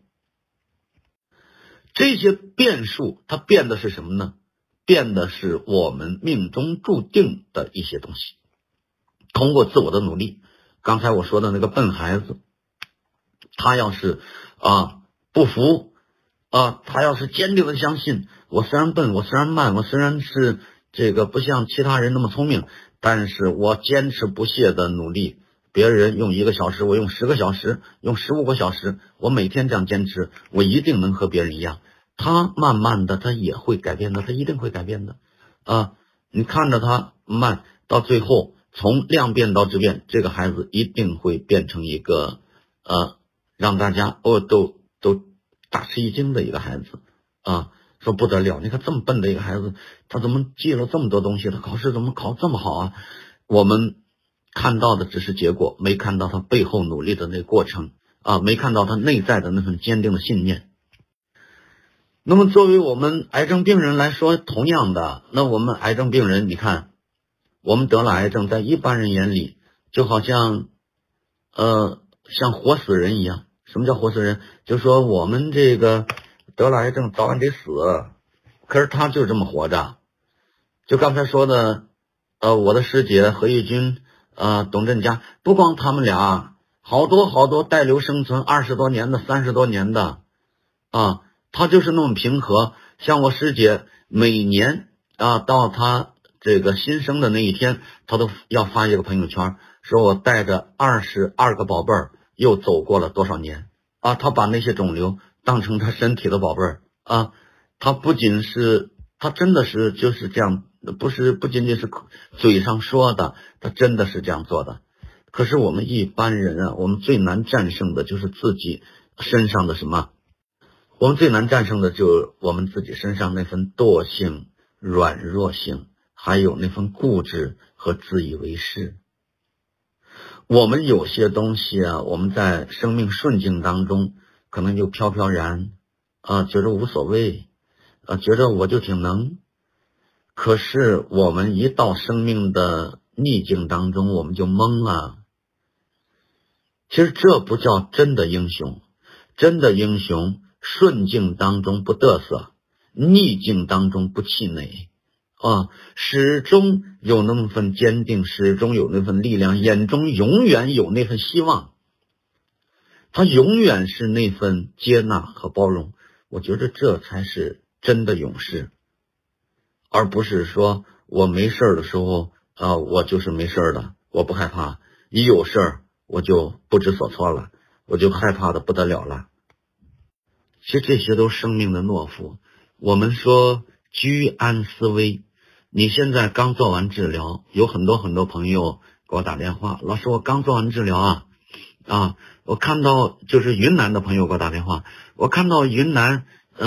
这些变数它变的是什么呢？变的是我们命中注定的一些东西。通过自我的努力，刚才我说的那个笨孩子，他要是不服他要是坚定的相信，我虽然笨，我虽然慢，我虽然是这个不像其他人那么聪明，但是我坚持不懈的努力，别人用1个小时，我用10个小时，用15个小时，我每天这样坚持，我一定能和别人一样。他慢慢的他也会改变的，他一定会改变的你看着他慢，到最后从量变到质变，这个孩子一定会变成一个让大家都大吃一惊的一个孩子说不得了，你看这么笨的一个孩子，他怎么记了这么多东西，他考试怎么考这么好我们看到的只是结果，没看到他背后努力的那个过程没看到他内在的那份坚定的信念。那么作为我们癌症病人来说，同样的，那我们癌症病人，你看我们得了癌症，在一般人眼里就好像像活死人一样。什么叫活死人？就是说我们这个得了癌症早晚得死，可是他就这么活着。就刚才说的我的师姐何玉君董振佳，不光他们俩，好多带瘤生存20多年的30多年的他就是那么平和。像我师姐每年到他这个新生的那一天，他都要发一个朋友圈，说我带着22个宝贝儿又走过了多少年他把那些肿瘤当成他身体的宝贝儿他不仅是他真的是就是这样，不仅仅是嘴上说的，他真的是这样做的。可是我们一般人我们最难战胜的就是自己身上的什么？我们最难战胜的就是我们自己身上那份惰性、软弱性，还有那份固执和自以为是。我们有些东西我们在生命顺境当中可能就飘飘然觉得无所谓觉得我就挺能。可是我们一到生命的逆境当中，我们就懵了。其实这不叫真的英雄。真的英雄顺境当中不嘚瑟，逆境当中不气馁始终有那么份坚定，始终有那份力量，眼中永远有那份希望，他永远是那份接纳和包容。我觉得这才是真的勇士，而不是说我没事的时候我就是没事的，我不害怕，一有事儿我就不知所措了，我就害怕的不得了了。其实这些都是生命的懦夫。我们说居安思危，你现在刚做完治疗，有很多朋友给我打电话，老师我刚做完治疗我看到就是云南的朋友给我打电话，我看到云南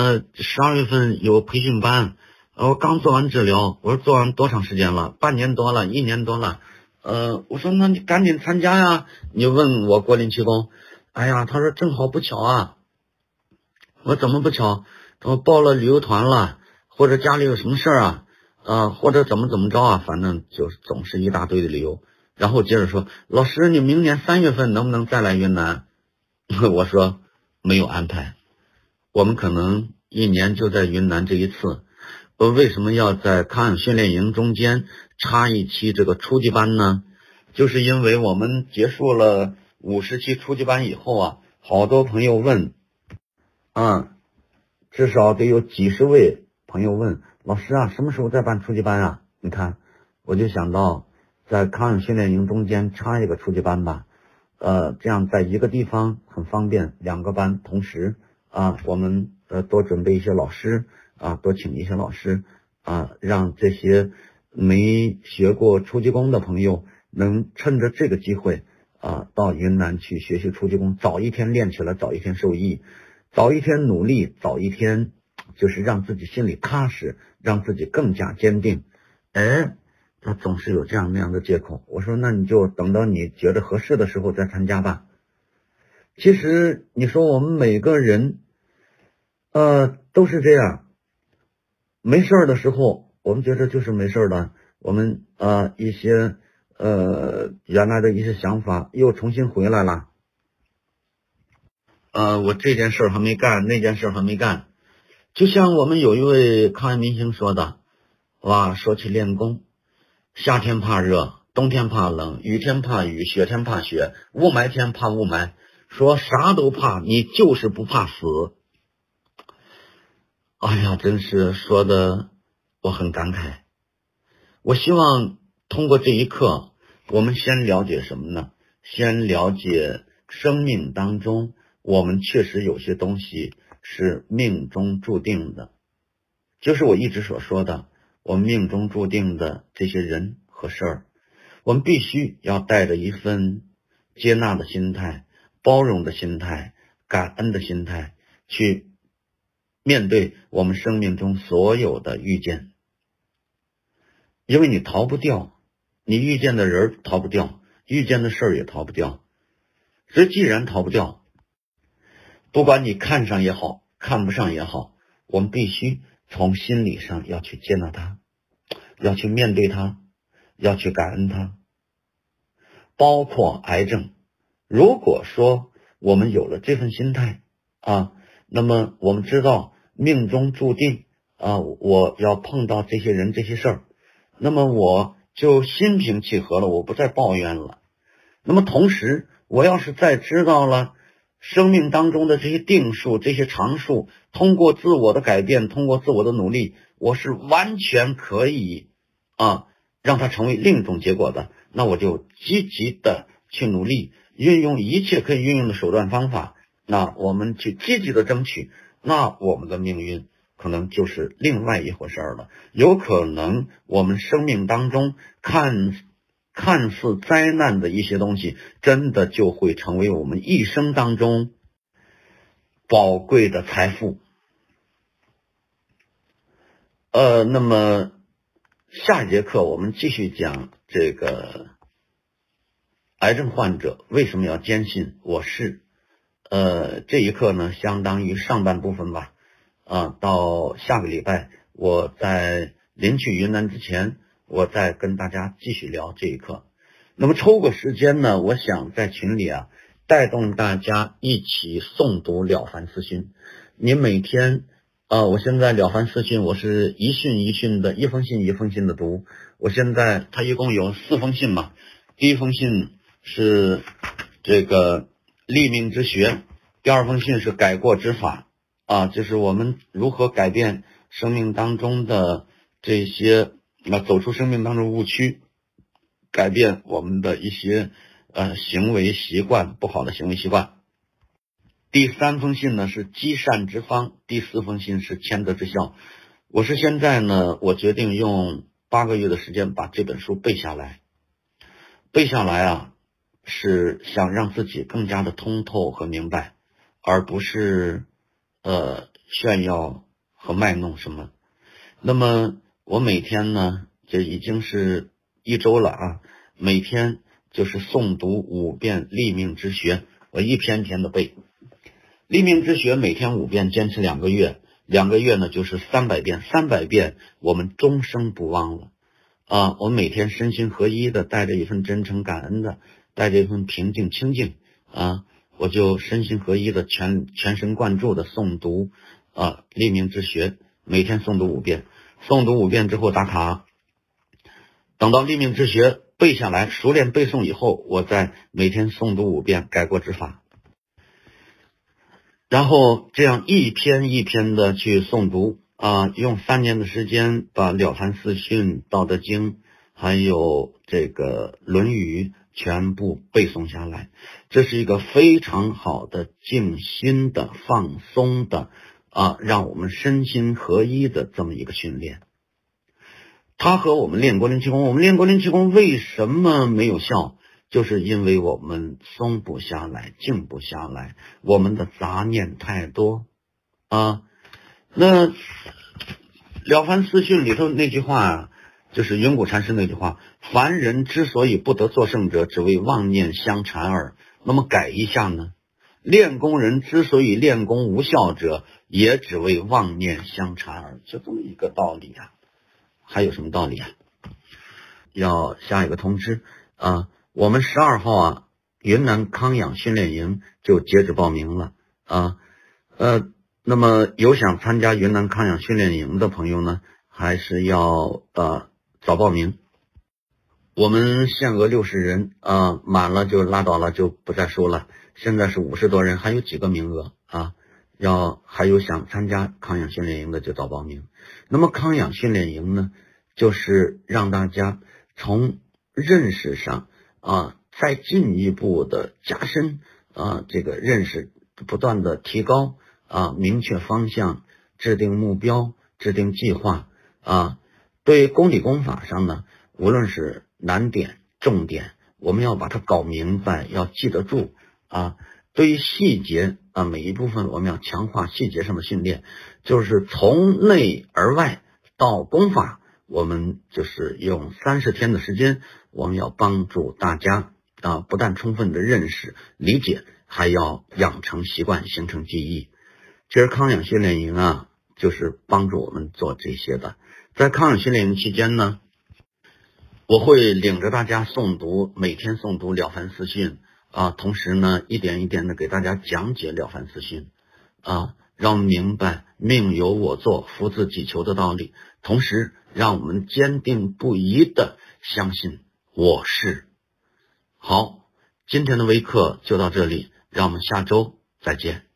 12月份有培训班，我刚做完治疗，我说做完多长时间了？半年多了，1年多了我说那你赶紧参加呀，你问我郭林气功，哎呀，他说正好不巧啊，我怎么不巧？他说报了旅游团了，或者家里有什么事儿啊，或者怎么着啊，反正就是总是一大堆的理由。然后接着说，老师，你明年3月份能不能再来云南？我说没有安排，我们可能一年就在云南这一次。为什么要在康养训练营中间插一期这个初级班呢？就是因为我们结束了50期初级班以后啊，好多朋友问，至少得有几十位朋友问老师啊，什么时候再办初级班啊？你看，我就想到在康养训练营中间插一个初级班吧，这样在一个地方很方便，2个班同时我们多准备一些老师多请一些老师让这些没学过初级功的朋友能趁着这个机会到云南去学习初级功，早一天练起来，早一天受益。早一天努力，早一天就是让自己心里踏实，让自己更加坚定。他总是有这样那样的借口。我说那你就等到你觉得合适的时候再参加吧。其实你说我们每个人都是这样，没事儿的时候我们觉得就是没事儿的，我们一些原来的一些想法又重新回来了。我这件事还没干，那件事还没干。就像我们有一位抗癌明星说的，说起练功，夏天怕热，冬天怕冷，雨天怕雨，雪天怕雪，雾霾天怕雾霾，说啥都怕，你就是不怕死。哎呀，真是说的我很感慨。我希望通过这一课，我们先了解什么呢？先了解生命当中我们确实有些东西是命中注定的，就是我一直所说的，我们命中注定的这些人和事儿，我们必须要带着一份接纳的心态、包容的心态、感恩的心态去面对我们生命中所有的遇见。因为你逃不掉，你遇见的人逃不掉，遇见的事儿也逃不掉。所以既然逃不掉，不管你看上也好，看不上也好，我们必须从心理上要去接纳它，要去面对它，要去感恩它。包括癌症，如果说我们有了这份心态那么我们知道命中注定我要碰到这些人这些事儿，那么我就心平气和了，我不再抱怨了。那么同时，我要是再知道了生命当中的这些定数、这些常数，通过自我的改变，通过自我的努力，我是完全可以让它成为另一种结果的。那我就积极的去努力，运用一切可以运用的手段方法，那我们去积极的争取，那我们的命运可能就是另外一回事了。有可能我们生命当中看似灾难的一些东西，真的就会成为我们一生当中宝贵的财富。那么下一节课我们继续讲这个癌症患者为什么要坚信我是。这一课呢，相当于上半部分吧。到下个礼拜我在临去云南之前，我再跟大家继续聊这一课。那么抽个时间呢，我想在群里带动大家一起诵读了凡四训。你每天我现在了凡四训，我是一训一训的，一封信一封信的读。我现在它一共有4封信嘛。第一封信是这个立命之学，第2封信是改过之法就是我们如何改变生命当中的这些走出生命当中误区，改变我们的一些行为习惯，不好的行为习惯。第3封信呢是积善之方，第4封信是谦德之效。我是现在呢，我决定用8个月的时间把这本书背下来。背下来是想让自己更加的通透和明白，而不是炫耀和卖弄什么。那么我每天呢，这已经是1周了每天就是诵读5遍立命之学，我一篇篇的背。立命之学每天5遍，坚持2个月，2个月呢就是300遍，300遍我们终生不忘了啊！我每天身心合一的，带着一份真诚感恩的，带着一份平静清净啊，我就身心合一的全神贯注的诵读立命之学，每天诵读5遍，诵读5遍之后打卡，等到立命之学背下来，熟练背诵以后，我再每天诵读5遍，改过执法。然后这样一篇一篇的去诵读用3年的时间把《了凡四训》《道德经》还有这个《论语》全部背诵下来。这是一个非常好的静心的放松的让我们身心合一的这么一个训练。它和我们练国灵气功，我们练国灵气功为什么没有效？就是因为我们松不下来，静不下来，我们的杂念太多那《了凡四训》里头那句话就是云谷禅师那句话，凡人之所以不得作圣者，只为妄念相缠耳。那么改一下呢，练功人之所以练功无效者，也只为妄念相缠耳，就这么一个道理还有什么道理要下一个通知我们12号云南康养训练营就截止报名了那么有想参加云南康养训练营的朋友呢，还是要早报名。我们限额60人满了就拉倒了，就不再收了。现在是50多人，还有几个名额还有想参加康养训练营的就早报名。那么康养训练营呢，就是让大家从认识上再进一步的加深这个认识，不断的提高明确方向，制定目标，制定计划对功理功法上呢，无论是难点重点，我们要把它搞明白，要记得住对于细节每一部分我们要强化细节上的训练，就是从内而外到功法，我们就是用30天的时间，我们要帮助大家不但充分的认识理解，还要养成习惯，形成记忆。其实康养训练营就是帮助我们做这些的。在康养训练营期间呢，我会领着大家诵读，每天诵读了凡四训同时呢一点一点的给大家讲解了凡四训让我们明白命由我作，福自己求的道理，同时让我们坚定不移的相信我是。好，今天的微课就到这里，让我们下周再见。